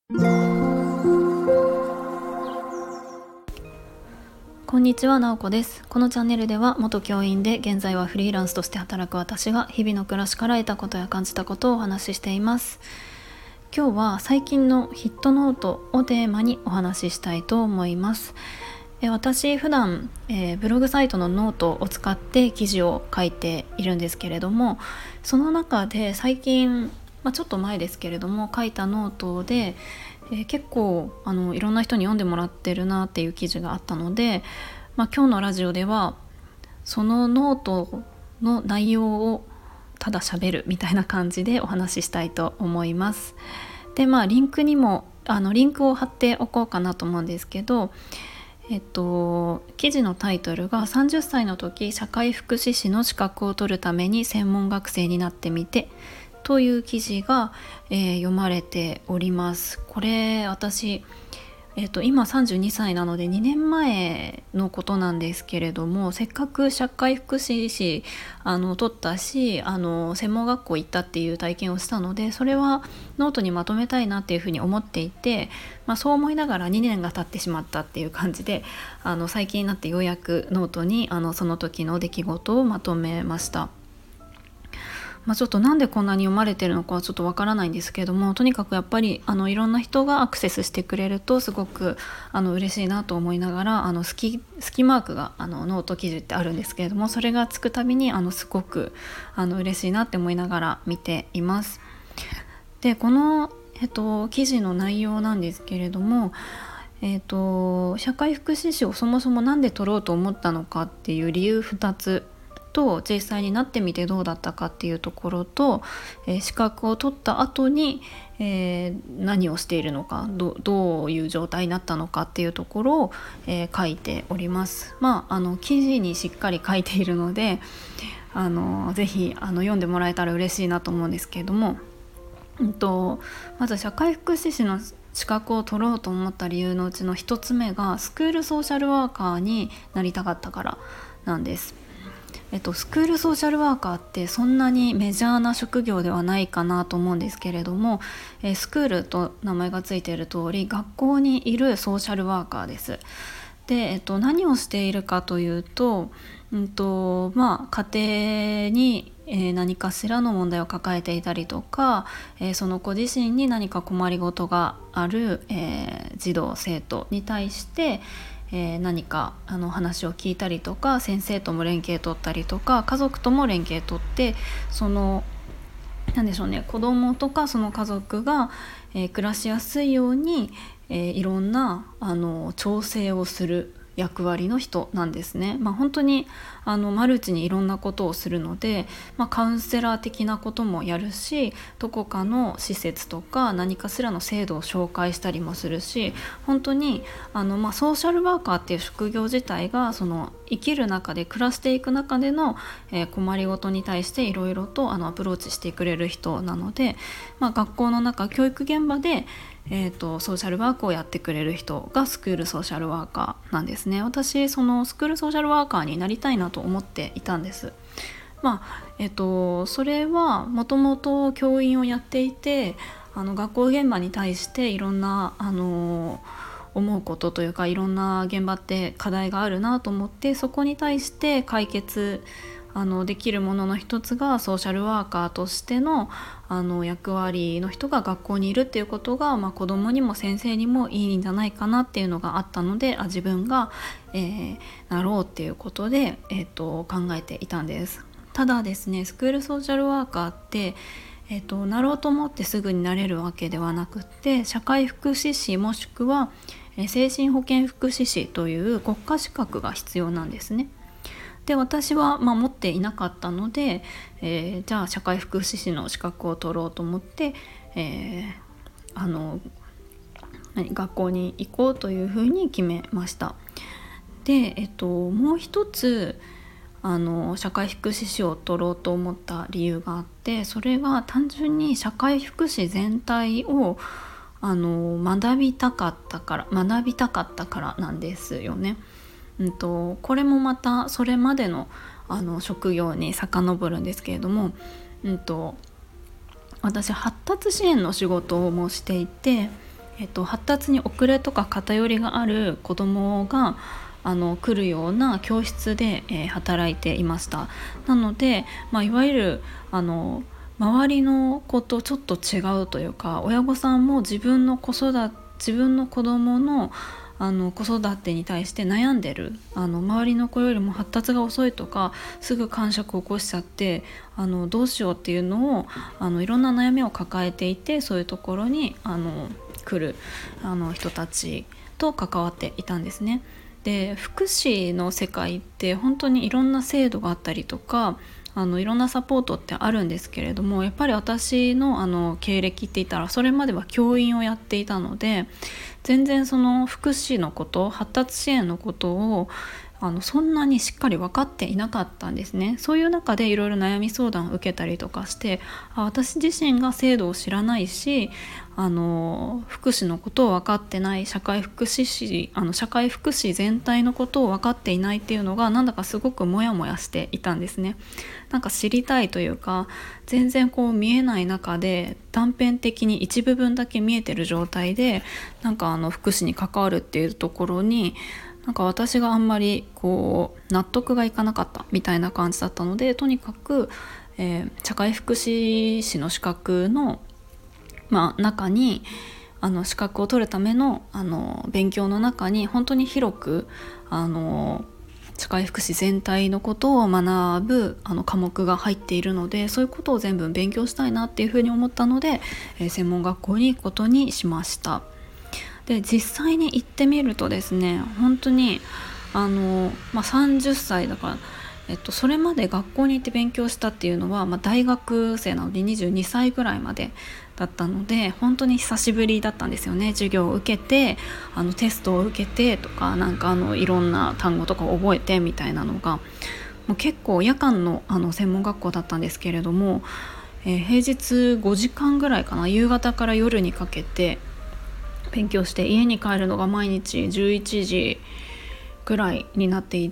こんにちは、なおこです。このチャンネルでは元教員で現在はフリーランスとして働く私が日々の暮らしから得たことや感じたことをお話ししています。今日は最近のヒットノートをテーマにお話ししたいと思います。私普段、ブログサイトのノートを使って記事を書いているんですけれども、その中で最近、ちょっと前ですけれども書いたノートで、結構いろんな人に読んでもらってるなっていう記事があったので、今日のラジオではそのノートの内容をただ喋るみたいな感じでお話ししたいと思います。で、リンクにもリンクを貼っておこうかなと思うんですけど、記事のタイトルが30歳の時社会福祉士の資格を取るために専門学生になってみてという記事が、読まれております。これ私、今32歳なので2年前のことなんですけれども、せっかく社会福祉士取ったし専門学校行ったっていう体験をしたので、それはノートにまとめたいなっていうふうに思っていて、そう思いながら2年が経ってしまったっていう感じで最近になってようやくノートにその時の出来事をまとめました。ちょっとなんでこんなに読まれてるのかはちょっとわからないんですけれども、とにかくやっぱりいろんな人がアクセスしてくれるとすごく嬉しいなと思いながら好きマークがノート記事ってあるんですけれども、それがつくたびにすごく嬉しいなって思いながら見ています。で、この、記事の内容なんですけれども、社会福祉士をそもそもなんで取ろうと思ったのかっていう理由2つと、実際になってみてどうだったかっていうところと、資格を取った後に、何をしているのか、どういう状態になったのかっていうところを、書いております。記事にしっかり書いているのでぜひ読んでもらえたら嬉しいなと思うんですけれども、まず社会福祉士の資格を取ろうと思った理由のうちの一つ目がスクールソーシャルワーカーになりたかったからなんです。スクールソーシャルワーカーってそんなにメジャーな職業ではないかなと思うんですけれども、スクールと名前がついている通り学校にいるソーシャルワーカーです。で、何をしているかというと、家庭に何かしらの問題を抱えていたりとか、その子自身に何か困りごとがある、児童生徒に対して何か話を聞いたりとか、先生とも連携取ったりとか、家族とも連携取って、なんでしょうね、子供とかその家族が、暮らしやすいように、いろんな調整をする役割の人なんですね。本当にマルチにいろんなことをするので、カウンセラー的なこともやるし、どこかの施設とか何かしらの制度を紹介したりもするし、本当にソーシャルワーカーっていう職業自体が生きる中で暮らしていく中での、困りごとに対していろいろとアプローチしてくれる人なので、学校の中、教育現場でソーシャルワークをやってくれる人がスクールソーシャルワーカーなんですね。私そのスクールソーシャルワーカーになりたいなと思っていたんです。それはもともと教員をやっていて、学校現場に対していろんな思うことというか、いろんな現場って課題があるなと思って、そこに対して解決できるものの一つがソーシャルワーカーとしての役割の人が学校にいるっていうことが、子どもにも先生にもいいんじゃないかなっていうのがあったので、自分が、なろうっていうことで、考えていたんです。ただですね、スクールソーシャルワーカーって、なろうと思ってすぐになれるわけではなくって、社会福祉士もしくは精神保健福祉士という国家資格が必要なんですね。で、私は持っていなかったので、じゃあ社会福祉士の資格を取ろうと思って、学校に行こうというふうに決めました。で、もう一つ社会福祉士を取ろうと思った理由があって、それが単純に社会福祉全体を学びたかったからなんですよね。これもまたそれまでの職業に遡るんですけれども、私発達支援の仕事をもしていて、 発達に遅れとか偏りがある子どもが来るような教室で、働いていました。なので、いわゆる周りの子とちょっと違うというか、親御さんも自分の子供の子育てに対して悩んでる、周りの子よりも発達が遅いとか、すぐ癇癪を起こしちゃってどうしようっていうのをいろんな悩みを抱えていて、そういうところに来る人たちと関わっていたんですね。で、福祉の世界って本当にいろんな制度があったりとか、いろんなサポートってあるんですけれども、やっぱり私の経歴って言ったら、それまでは教員をやっていたので、全然その福祉のこと、発達支援のことをそんなにしっかり分かっていなかったんですね。そういう中でいろいろ悩み相談を受けたりとかして、私自身が制度を知らないし、福祉のことを分かってない、社会福祉全体のことを分かっていないっていうのが、なんだかすごくモヤモヤしていたんですね。なんか知りたいというか、全然見えない中で断片的に一部分だけ見えてる状態で、なんか福祉に関わるっていうところに、なんか私があんまり納得がいかなかったみたいな感じだったので、とにかく、社会福祉士の資格の、中に資格を取るための勉強の中に、本当に広く社会福祉全体のことを学ぶ科目が入っているので、そういうことを全部勉強したいなっていうふうに思ったので、専門学校に行くことにしました。で、実際に行ってみるとですね、本当に30歳だから、それまで学校に行って勉強したっていうのは、大学生なので22歳ぐらいまでだったので、本当に久しぶりだったんですよね。授業を受けてテストを受けてとか、なんかいろんな単語とかを覚えてみたいなのが、もう結構夜間の専門学校だったんですけれども、平日5時間ぐらいかな、夕方から夜にかけて勉強して、家に帰るのが毎日11時ぐらいになっていって、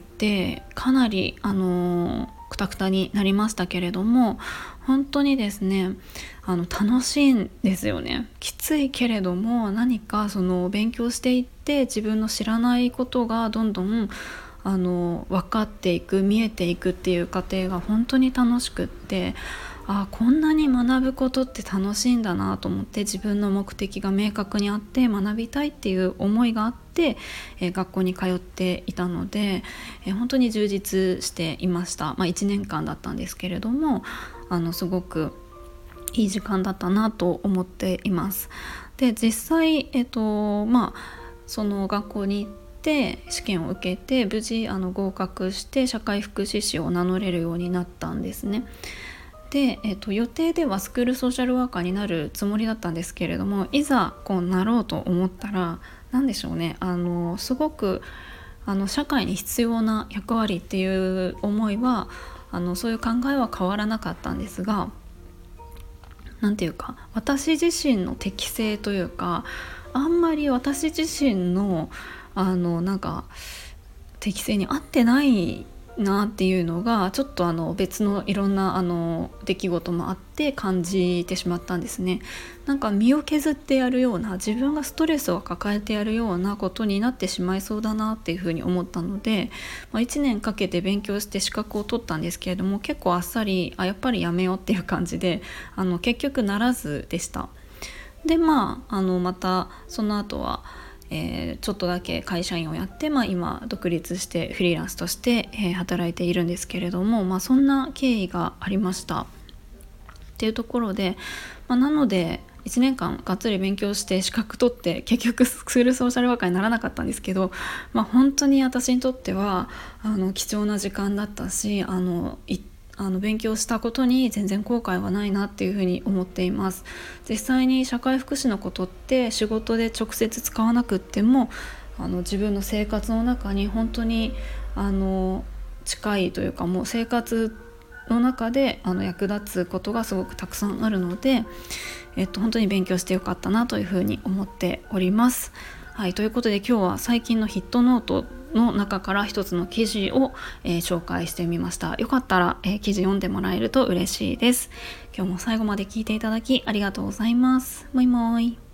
かなりクタクタになりましたけれども、本当にですね楽しいんですよね。きついけれども、何か勉強していって自分の知らないことがどんどん分かっていく、見えていくっていう過程が本当に楽しくって、こんなに学ぶことって楽しいんだなと思って、自分の目的が明確にあって、学びたいっていう思いがあって、学校に通っていたので、本当に充実していました。1年間だったんですけれども、すごくいい時間だったなと思っています。で、実際、その学校に行って試験を受けて、無事合格して社会福祉士を名乗れるようになったんですね。で、予定ではスクールソーシャルワーカーになるつもりだったんですけれども、いざなろうと思ったら、なんでしょうね、すごく社会に必要な役割っていう思いはそういう考えは変わらなかったんですが、なんていうか、私自身の適性というか、あんまり私自身のなんか適性に合ってないなっていうのが、ちょっと別のいろんな出来事もあって感じてしまったんですね。なんか身を削ってやるような、自分がストレスを抱えてやるようなことになってしまいそうだなっていうふうに思ったので、1年かけて勉強して資格を取ったんですけれども、結構あっさりやっぱりやめようっていう感じで結局ならずでした。で、またその後はちょっとだけ会社員をやって、今独立してフリーランスとして、働いているんですけれども、そんな経緯がありましたっていうところで、なので1年間がっつり勉強して資格取って、結局スクールソーシャルワーカーにならなかったんですけど、本当に私にとっては貴重な時間だったし、勉強したことに全然後悔はないなっていうふうに思っています。実際に社会福祉のことって仕事で直接使わなくっても自分の生活の中に本当に近いというか、もう生活の中で役立つことがすごくたくさんあるので、本当に勉強してよかったなというふうに思っております。はい、ということで今日は最近のヒットノートの中から一つの記事を、紹介してみました。よかったら、記事読んでもらえると嬉しいです。今日も最後まで聞いていただきありがとうございます。もいもい。